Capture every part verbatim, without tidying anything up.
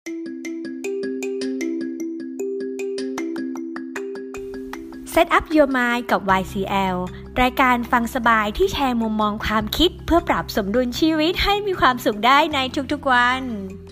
Set up your mind กับ วาย ซี แอล รายการฟังสบายที่แชร์มุมมองความคิดเพื่อปรับสมดุลชีวิตให้มีความสุขได้ในทุกๆวัน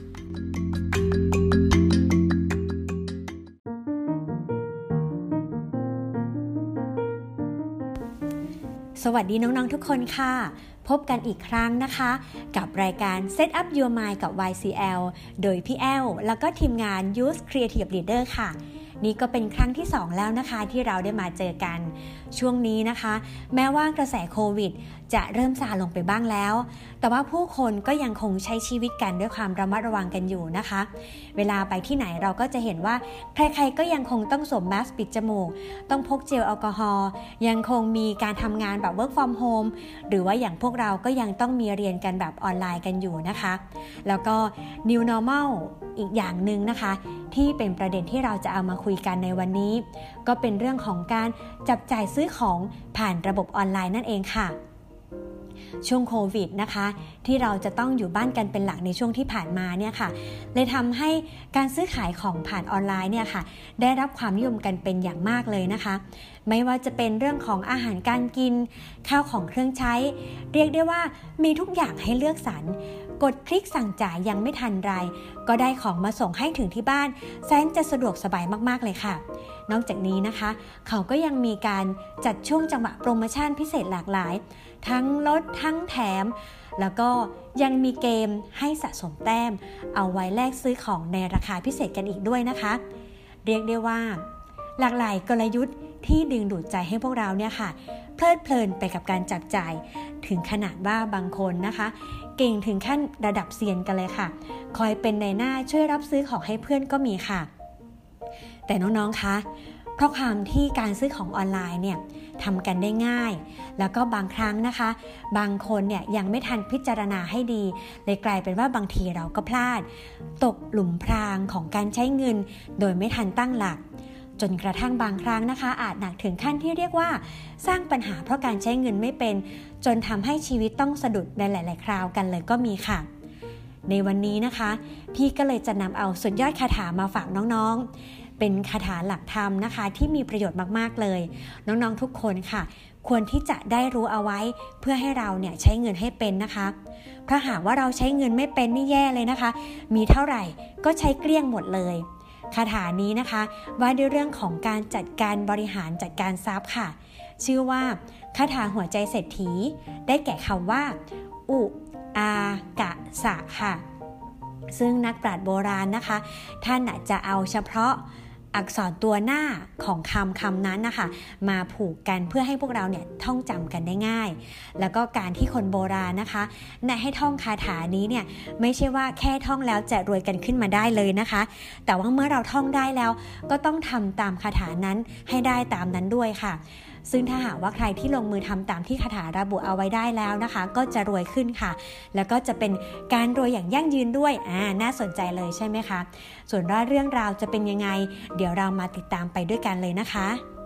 สวัสดีน้องๆทุกคนค่ะพบกันอีกครั้งนะคะกับรายการ Set up your mind กับ วาย ซี แอล โดยพี่แอลแล้วก็ทีมงาน Youth Creative Leader ค่ะนี่ก็เป็นครั้งที่สองแล้วนะคะที่เราได้มาเจอกันช่วงนี้นะคะแม้ว่ากระแสโควิดจะเริ่มซาลงไปบ้างแล้วแต่ว่าผู้คนก็ยังคงใช้ชีวิตกันด้วยความระมัดระวังกันอยู่นะคะเวลาไปที่ไหนเราก็จะเห็นว่าใครๆก็ยังคงต้องสวมแมสก์ปิดจมูกต้องพกเจลแอลกอฮอล์ยังคงมีการทำงานแบบ work from home หรือว่าอย่างพวกเราก็ยังต้องมีเรียนกันแบบออนไลน์กันอยู่นะคะแล้วก็ new normal อีกอย่างหนึ่งนะคะที่เป็นประเด็นที่เราจะเอามาคุยกันในวันนี้ก็เป็นเรื่องของการจับจ่ายซื้อของผ่านระบบออนไลน์นั่นเองค่ะช่วงโควิดนะคะที่เราจะต้องอยู่บ้านกันเป็นหลักในช่วงที่ผ่านมาเนี่ยค่ะเลยทำให้การซื้อขายของผ่านออนไลน์เนี่ยค่ะได้รับความนิยมกันเป็นอย่างมากเลยนะคะไม่ว่าจะเป็นเรื่องของอาหารการกินข้าวของเครื่องใช้เรียกได้ว่ามีทุกอย่างให้เลือกสรรกดคลิกสั่งจ่ายยังไม่ทันไรก็ได้ของมาส่งให้ถึงที่บ้านแสนจะสะดวกสบายมากๆเลยค่ะนอกจากนี้นะคะเขาก็ยังมีการจัดช่วงจังหวะโปรโมชั่นพิเศษหลากหลายทั้งลดทั้งแถมแล้วก็ยังมีเกมให้สะสมแต้มเอาไว้แลกซื้อของในราคาพิเศษกันอีกด้วยนะคะเรียกได้ว่าหลากหลายกลยุทธ์ที่ดึงดูดใจให้พวกเราเนี่ยค่ะเพลิดเพลินไปกับการจับจ่ายถึงขนาดว่าบางคนนะคะเก่งถึงขั้นระดับเซียนกันเลยค่ะคอยเป็นในหน้าช่วยรับซื้อของให้เพื่อนก็มีค่ะแต่น้องๆคะเพราะความที่การซื้อของออนไลน์เนี่ยทำกันได้ง่ายแล้วก็บางครั้งนะคะบางคนเนี่ยยังไม่ทันพิจารณาให้ดีเลยกลายเป็นว่าบางทีเราก็พลาดตกหลุมพรางของการใช้เงินโดยไม่ทันตั้งหลักจนกระทั่งบางครั้งนะคะอาจหนักถึงขั้นที่เรียกว่าสร้างปัญหาเพราะการใช้เงินไม่เป็นจนทำให้ชีวิตต้องสะดุดในหลายๆคราวกันเลยก็มีค่ะในวันนี้นะคะพี่ก็เลยจะนำเอาสุดยอดคาถามาฝากน้องๆเป็นคาถาหลักธรรมนะคะที่มีประโยชน์มากๆเลยน้องๆทุกคนค่ะควรที่จะได้รู้เอาไว้เพื่อให้เราเนี่ยใช้เงินให้เป็นนะคะเพราะหากว่าเราใช้เงินไม่เป็นนี่แย่เลยนะคะมีเท่าไหร่ก็ใช้เกลี้ยงหมดเลยคาถานี้นะคะว่าด้วยเรื่องของการจัดการบริหารจัดการทรัพย์ค่ะชื่อว่าคาถาหัวใจเศรษฐีได้แก่คำว่าอุอากะสะค่ะซึ่งนักปราชญ์โบราณนะคะท่านจะเอาเฉพาะอักษรตัวหน้าของคำคำนั้นนะคะมาผูกกันเพื่อให้พวกเราเนี่ยท่องจำกันได้ง่ายแล้วก็การที่คนโบราณนะคะแนะให้ท่องคาถานี้เนี่ยไม่ใช่ว่าแค่ท่องแล้วจะรวยกันขึ้นมาได้เลยนะคะแต่ว่าเมื่อเราท่องได้แล้วก็ต้องทำตามคาถานั้นให้ได้ตามนั้นด้วยค่ะซึ่งถ้าหากว่าใครที่ลงมือทำตามที่คาถาระบุเอาไว้ได้แล้วนะคะก็จะรวยขึ้นค่ะแล้วก็จะเป็นการรวยอย่างยั่งยืนด้วยอ่าน่าสนใจเลยใช่ไหมคะส่วนว่าเรื่องราวจะเป็นยังไงเดี๋ยวเรามาติดตามไปด้วยกันเลยนะคะ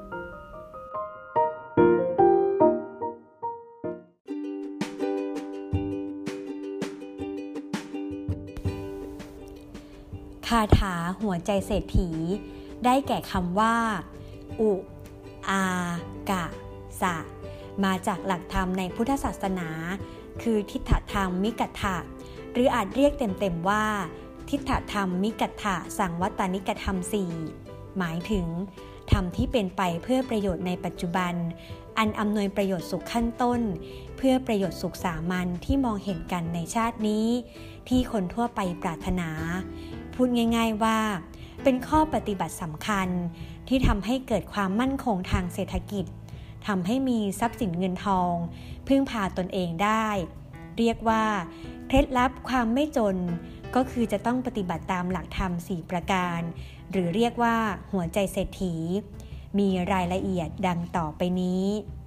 คาถาหัวใจเศรษฐีได้แก่คำว่าอุอากะสะมาจากหลักธรรมในพุทธศาสนาคือทิฏฐธรรมมิกัตถะหรืออาจเรียกเต็มๆว่าทิฏฐธรรมมิกัตถะสังวัตตนิกธรรมสี่หมายถึงธรรมที่เป็นไปเพื่อประโยชน์ในปัจจุบันอันอำนวยประโยชน์สุขขั้นต้นเพื่อประโยชน์สุขสามัญที่มองเห็นกันในชาตินี้ที่คนทั่วไปปรารถนาพูดง่ายๆว่าเป็นข้อปฏิบัติสำคัญที่ทำให้เกิดความมั่นคงทางเศรษฐกิจทำให้มีทรัพย์สินเงินทองพึ่งพาตนเองได้เรียกว่าเคล็ดลับความไม่จนก็คือจะต้องปฏิบัติตามหลักธรรมสี่ประการหรือเรียกว่าหัวใจเศรษฐีมีรายละเอียดดังต่อไปนี้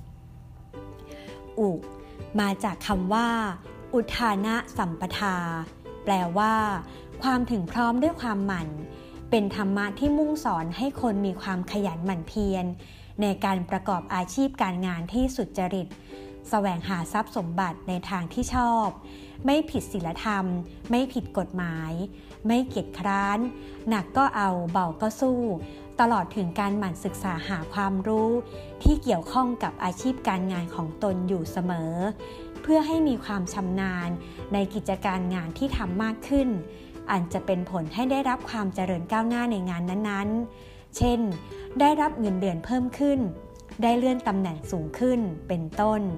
อุมาจากคำว่าอุทานะสัมปทาแปลว่าความถึงพร้อมด้วยความหมั่นเป็นธรรมะที่มุ่งสอนให้คนมีความขยันหมั่นเพียรในการประกอบอาชีพการงานที่สุจริตแสวงหาทรัพย์สมบัติในทางที่ชอบไม่ผิดศีลธรรมไม่ผิดกฎหมายไม่เกียจคร้านหนักก็เอาเบาก็สู้ตลอดถึงการหมั่นศึกษาหาความรู้ที่เกี่ยวข้องกับอาชีพการงานของตนอยู่เสมอเพื่อให้มีความชำนาญในกิจการงานที่ทำมากขึ้นอันจะเป็นผลให้ได้รับความเจริญก้าวหน้าในงานนั้นๆเช่นได้รับเงินเดือนเพิ่มขึ้นได้เลื่อนตำแหน่งสูงขึ้นเป็นต้น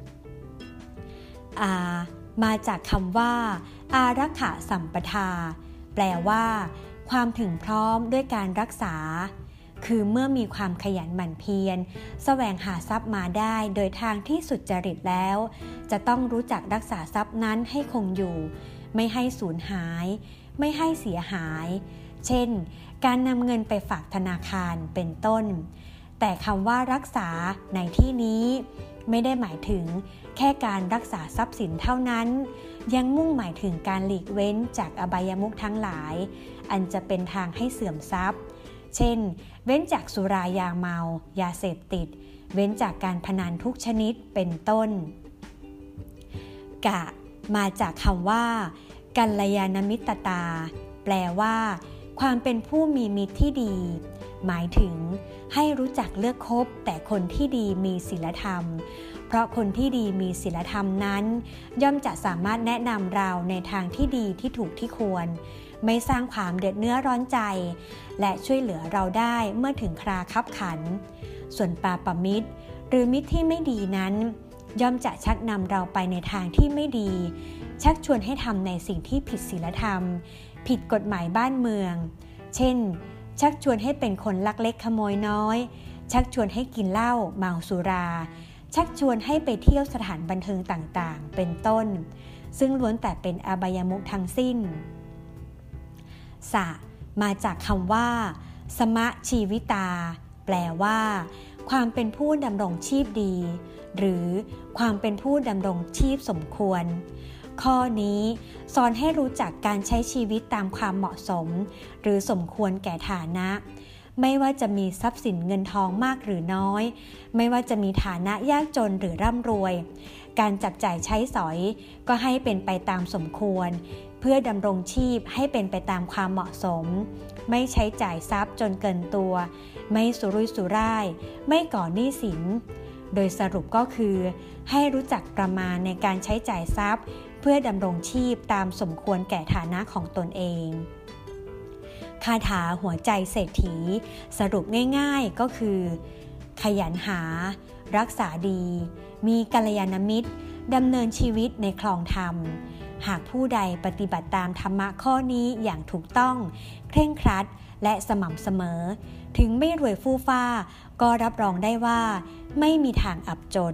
อามาจากคำว่าอารักขาสัมปทาแปลว่าความถึงพร้อมด้วยการรักษาคือเมื่อมีความขยันหมั่นเพียรแสวงหาทรัพย์มาได้โดยทางที่สุจริตแล้วจะต้องรู้จักรักษาทรัพย์นั้นให้คงอยู่ไม่ให้สูญหายไม่ให้เสียหายเช่นการนำเงินไปฝากธนาคารเป็นต้นแต่คำว่ารักษาในที่นี้ไม่ได้หมายถึงแค่การรักษาทรัพย์สินเท่านั้นยังมุ่งหมายถึงการหลีกเว้นจากอบายมุขทั้งหลายอันจะเป็นทางให้เสื่อมทรัพย์เช่นเว้นจากสุรายาเมายาเสพติดเว้นจากการพนันทุกชนิดเป็นต้นกะมาจากคำว่ากัลยาณมิตรตาแปลว่าความเป็นผู้มีมิตรที่ดีหมายถึงให้รู้จักเลือกคบแต่คนที่ดีมีศีลธรรมเพราะคนที่ดีมีศีลธรรมนั้นย่อมจะสามารถแนะนำเราในทางที่ดีที่ถูกที่ควรไม่สร้างความเดือดเนื้อร้อนใจและช่วยเหลือเราได้เมื่อถึงคราคับขันส่วนปาปมิตรหรือมิตรที่ไม่ดีนั้นย่อมจะชักนำเราไปในทางที่ไม่ดีชักชวนให้ทำในสิ่งที่ผิดศีลธรรมผิดกฎหมายบ้านเมืองเช่นชักชวนให้เป็นคนลักเล็กขโมยน้อยชักชวนให้กินเหล้าเมาสุราชักชวนให้ไปเที่ยวสถานบันเทิงต่างๆเป็นต้นซึ่งล้วนแต่เป็นอบายมุขทั้งสิ้นสะมาจากคำว่าสมะชีวิตาแปลว่าความเป็นผู้ดำรงชีพดีหรือความเป็นผู้ดำรงชีพสมควรข้อนี้สอนให้รู้จักการใช้ชีวิตตามความเหมาะสมหรือสมควรแก่ฐานะไม่ว่าจะมีทรัพย์สินเงินทองมากหรือน้อยไม่ว่าจะมีฐานะยากจนหรือร่ำรวยการจับจ่ายใช้สอยก็ให้เป็นไปตามสมควรเพื่อดำรงชีพให้เป็นไปตามความเหมาะสมไม่ใช้จ่ายทรัพย์จนเกินตัวไม่สุรุ่ยสุร่ายไม่ก่อหนี้สินโดยสรุปก็คือให้รู้จักประมาณในการใช้จ่ายทรัพย์เพื่อดำรงชีพตามสมควรแก่ฐานะของตนเองคาถาหัวใจเศรษฐีสรุปง่ายๆก็คือขยันหารักษาดีมีกัลยาณมิตรดำเนินชีวิตในคลองธรรมหากผู้ใดปฏิบัติตามธรรมะข้อนี้อย่างถูกต้องเคร่งครัดและสม่ำเสมอถึงไม่รวยฟู่ฟ้าก็รับรองได้ว่าไม่มีทางอับจน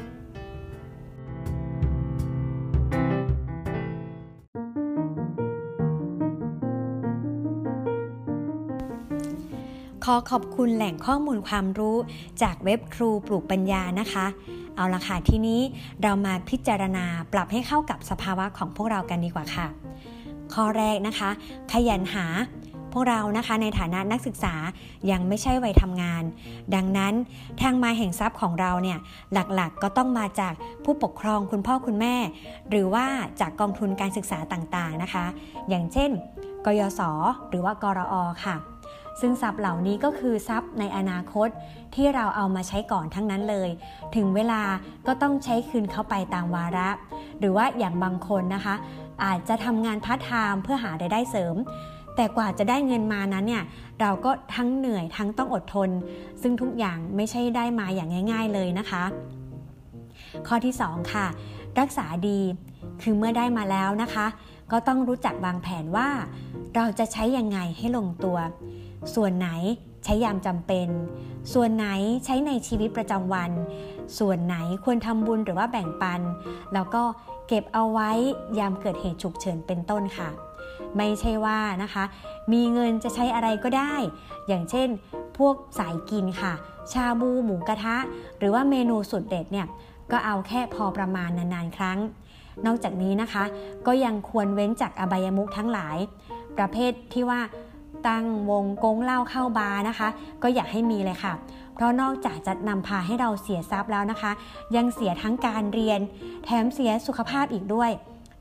ขอขอบคุณแหล่งข้อมูลความรู้จากเว็บครูปลูกปัญญานะคะเอาละค่ะทีนี้เรามาพิจารณาปรับให้เข้ากับสภาวะของพวกเรากันดีกว่าค่ะข้อแรกนะคะขยันหาพวกเรานะคะในฐานะนักศึกษายังไม่ใช่วัยทำงานดังนั้นทางมาแห่งทรัพย์ของเราเนี่ยหลักๆก็ต้องมาจากผู้ปกครองคุณพ่อคุณแม่หรือว่าจากกองทุนการศึกษาต่างๆนะคะอย่างเช่นกยศหรือว่ากรอ.ค่ะซึ่งทรัพย์เหล่านี้ก็คือทรัพย์ในอนาคตที่เราเอามาใช้ก่อนทั้งนั้นเลยถึงเวลาก็ต้องใช้คืนเข้าไปตามวาระหรือว่าอย่างบางคนนะคะอาจจะทำงานพาร์ทไทม์เพื่อหารายได้เสริมแต่กว่าจะได้เงินมานั้นเนี่ยเราก็ทั้งเหนื่อยทั้งต้องอดทนซึ่งทุกอย่างไม่ใช่ได้มาอย่างง่ายๆเลยนะคะข้อที่สองค่ะรักษาดีคือเมื่อได้มาแล้วนะคะก็ต้องรู้จักวางแผนว่าเราจะใช้ยังไงให้ลงตัวส่วนไหนใช้ยามจำเป็นส่วนไหนใช้ในชีวิตประจำวันส่วนไหนควรทำบุญหรือว่าแบ่งปันแล้วก็เก็บเอาไว้ยามเกิดเหตุฉุกเฉินเป็นต้นค่ะไม่ใช่ว่านะคะมีเงินจะใช้อะไรก็ได้อย่างเช่นพวกสายกินค่ะชาบูหมูกระทะหรือว่าเมนูสุดเด็ดเนี่ยก็เอาแค่พอประมาณนานๆครั้งนอกจากนี้นะคะก็ยังควรเว้นจากอบายมุขทั้งหลายประเภทที่ว่าตั้งวงกงเหล้าเข้าบาร์นะคะก็อย่าให้มีเลยค่ะเพราะนอกจากจะนำพาให้เราเสียทรัพย์แล้วนะคะยังเสียทั้งการเรียนแถมเสียสุขภาพอีกด้วย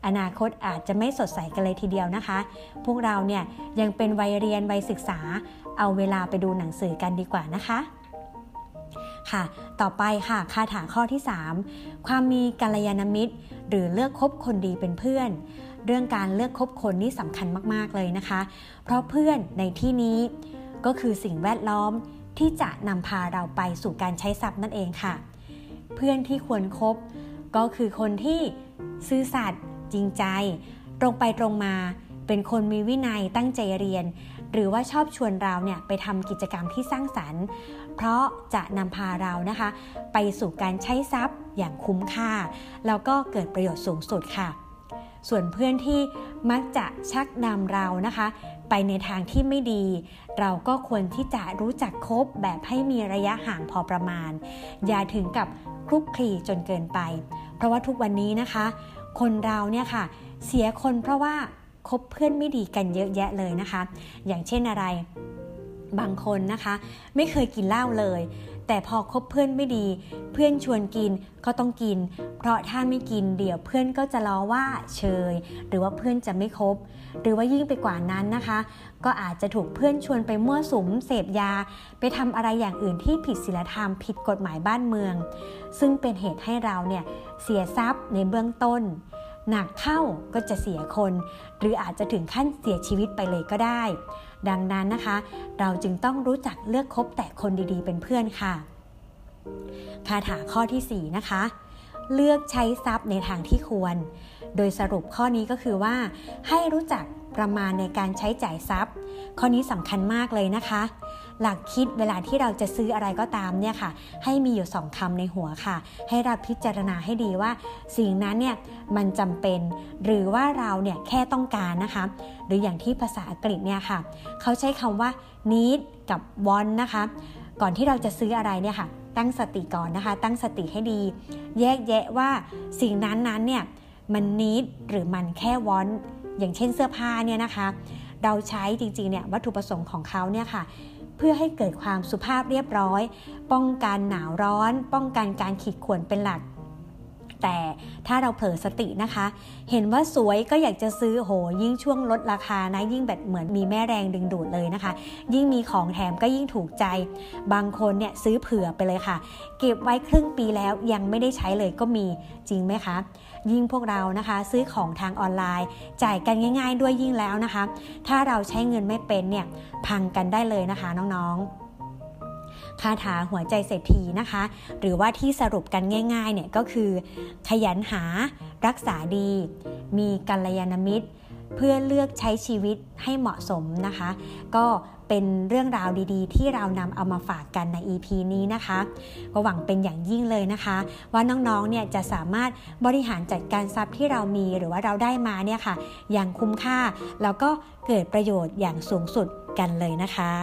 อนาคตอาจจะไม่สดใสกันเลยทีเดียวนะคะพวกเราเนี่ยยังเป็นวัยเรียนวัยศึกษาเอาเวลาไปดูหนังสือกันดีกว่านะคะค่ะต่อไปค่ะคาถาข้อที่สามความมีกัลยาณมิตรหรือเลือกคบคนดีเป็นเพื่อนเรื่องการเลือกคบคนนี่สำคัญมากๆเลยนะคะเพราะเพื่อนในที่นี้ก็คือสิ่งแวดล้อมที่จะนำพาเราไปสู่การใช้ทรัพย์นั่นเองค่ะเพื่อนที่ควรคบก็คือคนที่ซื่อสัตย์จริงใจตรงไปตรงมาเป็นคนมีวินัยตั้งใจเรียนหรือว่าชอบชวนเราเนี่ยไปทำกิจกรรมที่สร้างสรรค์เพราะจะนำพาเรานะคะไปสู่การใช้ทรัพย์อย่างคุ้มค่าแล้วก็เกิดประโยชน์สูงสุดค่ะส่วนเพื่อนที่มักจะชักนำเรานะคะไปในทางที่ไม่ดีเราก็ควรที่จะรู้จักคบแบบให้มีระยะห่างพอประมาณอย่าถึงกับคลุกคลีจนเกินไปเพราะว่าทุกวันนี้นะคะคนเราเนี่ยค่ะเสียคนเพราะว่าคบเพื่อนไม่ดีกันเยอะแยะเลยนะคะอย่างเช่นอะไรบางคนนะคะไม่เคยกินเหล้าเลยแต่พอคบเพื่อนไม่ดีเพื่อนชวนกินก็ต้องกินเพราะถ้าไม่กินเดี๋ยวเพื่อนก็จะล้อว่าเชยหรือว่าเพื่อนจะไม่คบหรือว่ายิ่งไปกว่านั้นนะคะก็อาจจะถูกเพื่อนชวนไปมั่วสุมเสพยาไปทำอะไรอย่างอื่นที่ผิดศีลธรรมผิดกฎหมายบ้านเมืองซึ่งเป็นเหตุให้เราเนี่ยเสียทรัพย์ในเบื้องต้นหนักเข้าก็จะเสียคนหรืออาจจะถึงขั้นเสียชีวิตไปเลยก็ได้ดังนั้นนะคะเราจึงต้องรู้จักเลือกคบแต่คนดีๆเป็นเพื่อนค่ะคาถาข้อที่สี่นะคะเลือกใช้ทรัพย์ในทางที่ควรโดยสรุปข้อนี้ก็คือว่าให้รู้จักประมาณในการใช้จ่ายทรัพย์ข้อนี้สำคัญมากเลยนะคะหลักคิดเวลาที่เราจะซื้ออะไรก็ตามเนี่ยค่ะให้มีอยู่สองคำในหัวค่ะให้เราพิจารณาให้ดีว่าสิ่งนั้นเนี่ยมันจำเป็นหรือว่าเราเนี่ยแค่ต้องการนะคะหรืออย่างที่ภาษาอังกฤษเนี่ยค่ะเขาใช้คำว่า need กับ want นะคะก่อนที่เราจะซื้ออะไรเนี่ยค่ะตั้งสติก่อนนะคะตั้งสติให้ดีแยกแยะว่าสิ่งนั้นนั้นเนี่ยมัน need หรือมันแค่ want อย่างเช่นเสื้อผ้าเนี่ยนะคะเราใช้จริงๆเนี่ยวัตถุประสงค์ของเขาเนี่ยค่ะเพื่อให้เกิดความสุภาพเรียบร้อยป้องกันหนาวร้อนป้องกันการขีดข่วนเป็นหลักแต่ถ้าเราเผลอสตินะคะเห็นว่าสวยก็อยากจะซื้อโหยิ่งช่วงลดราคานะยิ่งแบบเหมือนมีแม่แรงดึงดูดเลยนะคะยิ่งมีของแถมก็ยิ่งถูกใจบางคนเนี่ยซื้อเผื่อไปเลยค่ะเก็บไว้ครึ่งปีแล้วยังไม่ได้ใช้เลยก็มีจริงไหมคะยิ่งพวกเรานะคะซื้อของทางออนไลน์จ่ายกันง่ายๆด้วยยิ่งแล้วนะคะถ้าเราใช้เงินไม่เป็นเนี่ยพังกันได้เลยนะคะน้องๆคาถาหัวใจเศรษฐีนะคะหรือว่าที่สรุปกันง่ายๆเนี่ยก็คือขยันหารักษาดีมีกัลยาณมิตรเพื่อเลือกใช้ชีวิตให้เหมาะสมนะคะก็เป็นเรื่องราวดีๆที่เรานำเอามาฝากกันใน อี พี นี้นะคะก็หวังเป็นอย่างยิ่งเลยนะคะว่าน้องๆเนี่ยจะสามารถบริหารจัดการทรัพย์ที่เรามีหรือว่าเราได้มาเนี่ยค่ะอย่างคุ้มค่าแล้วก็เกิดประโยชน์อย่างสูงสุดกันเลยนะคะ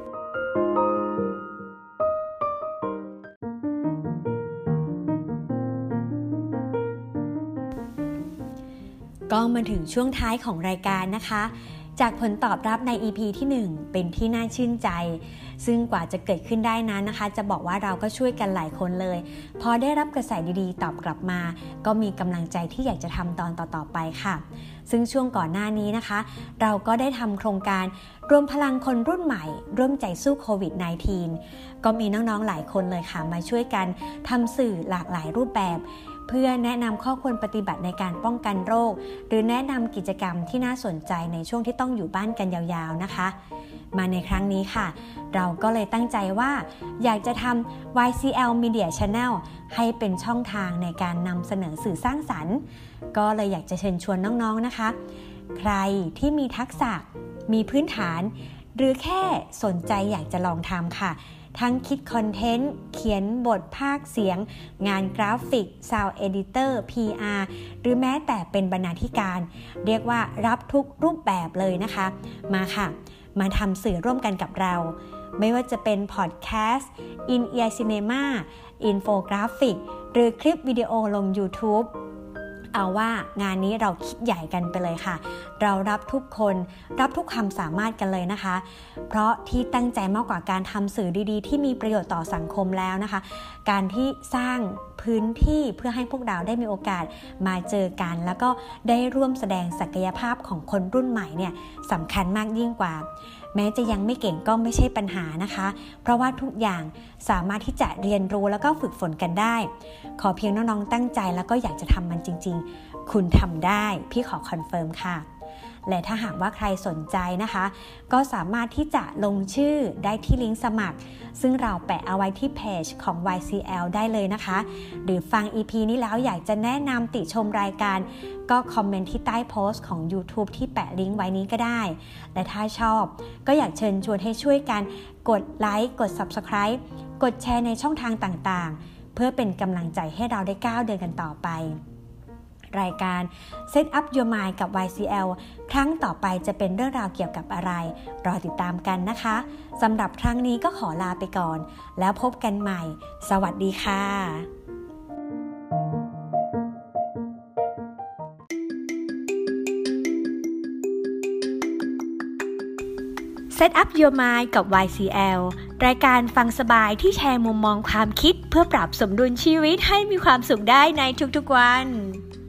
ก็มาถึงช่วงท้ายของรายการนะคะจากผลตอบรับใน อี พี ที่หนึ่งเป็นที่น่าชื่นใจซึ่งกว่าจะเกิดขึ้นได้นั้นนะคะจะบอกว่าเราก็ช่วยกันหลายคนเลยพอได้รับกระแสดีๆตอบกลับมาก็มีกำลังใจที่อยากจะทำตอนต่อๆไปค่ะซึ่งช่วงก่อนหน้านี้นะคะเราก็ได้ทำโครงการรวมพลังคนรุ่นใหม่ร่วมใจสู้โควิด สิบเก้า ก็มีน้องๆหลายคนเลยค่ะมาช่วยกันทำสื่อหลากหลายรูปแบบเพื่อแนะนำข้อควรปฏิบัติในการป้องกันโรคหรือแนะนำกิจกรรมที่น่าสนใจในช่วงที่ต้องอยู่บ้านกันยาวๆนะคะมาในครั้งนี้ค่ะเราก็เลยตั้งใจว่าอยากจะทำ วาย ซี แอล Media Channel ให้เป็นช่องทางในการนำเสนอสื่อสร้างสรรค์ก็เลยอยากจะเชิญชวนน้องๆนะคะใครที่มีทักษะมีพื้นฐานหรือแค่สนใจอยากจะลองทำค่ะทั้งคิดคอนเทนต์เขียนบทพากย์เสียงงานกราฟิกซาวด์เอดิเตอร์ พี อาร์ หรือแม้แต่เป็นบรรณาธิการเรียกว่ารับทุกรูปแบบเลยนะคะมาค่ะมาทำสื่อร่วมกันกับเราไม่ว่าจะเป็นพอดแคสต์ In-Ear Cinema อินโฟกราฟิกหรือคลิปวิดีโอลง YouTube เอาว่างานนี้เราคิดใหญ่กันไปเลยค่ะเรารับทุกคนรับทุกความสามารถกันเลยนะคะเพราะที่ตั้งใจมากกว่าการทำสื่อดีๆที่มีประโยชน์ต่อสังคมแล้วนะคะการที่สร้างพื้นที่เพื่อให้พวกเราได้มีโอกาสมาเจอกันแล้วก็ได้ร่วมแสดงศักยภาพของคนรุ่นใหม่เนี่ยสำคัญมากยิ่งกว่าแม้จะยังไม่เก่งก็ไม่ใช่ปัญหานะคะเพราะว่าทุกอย่างสามารถที่จะเรียนรู้แล้วก็ฝึกฝนกันได้ขอเพียงน้องๆตั้งใจแล้วก็อยากจะทำมันจริงๆคุณทำได้พี่ขอคอนเฟิร์มค่ะและถ้าหากว่าใครสนใจนะคะก็สามารถที่จะลงชื่อได้ที่ลิงก์สมัครซึ่งเราแปะเอาไว้ที่เพจของ วาย ซี แอล ได้เลยนะคะหรือฟัง อี พี นี้แล้วอยากจะแนะนำติชมรายการก็คอมเมนต์ที่ใต้โพสต์ของ YouTube ที่แปะลิงก์ไว้นี้ก็ได้และถ้าชอบก็อยากเชิญชวนให้ช่วยกันกดไลค์กด Subscribe กดแชร์ในช่องทางต่างๆเพื่อเป็นกำลังใจให้เราได้ก้าวเดินกันต่อไปรายการ Set Up Your Mind กับ วาย ซี แอล ครั้งต่อไปจะเป็นเรื่องราวเกี่ยวกับอะไรรอติดตามกันนะคะสำหรับครั้งนี้ก็ขอลาไปก่อนแล้วพบกันใหม่สวัสดีค่ะ Set Up Your Mind กับ วาย ซี แอล รายการฟังสบายที่แชร์มุมมองความคิดเพื่อปรับสมดุลชีวิตให้มีความสุขได้ในทุกๆวัน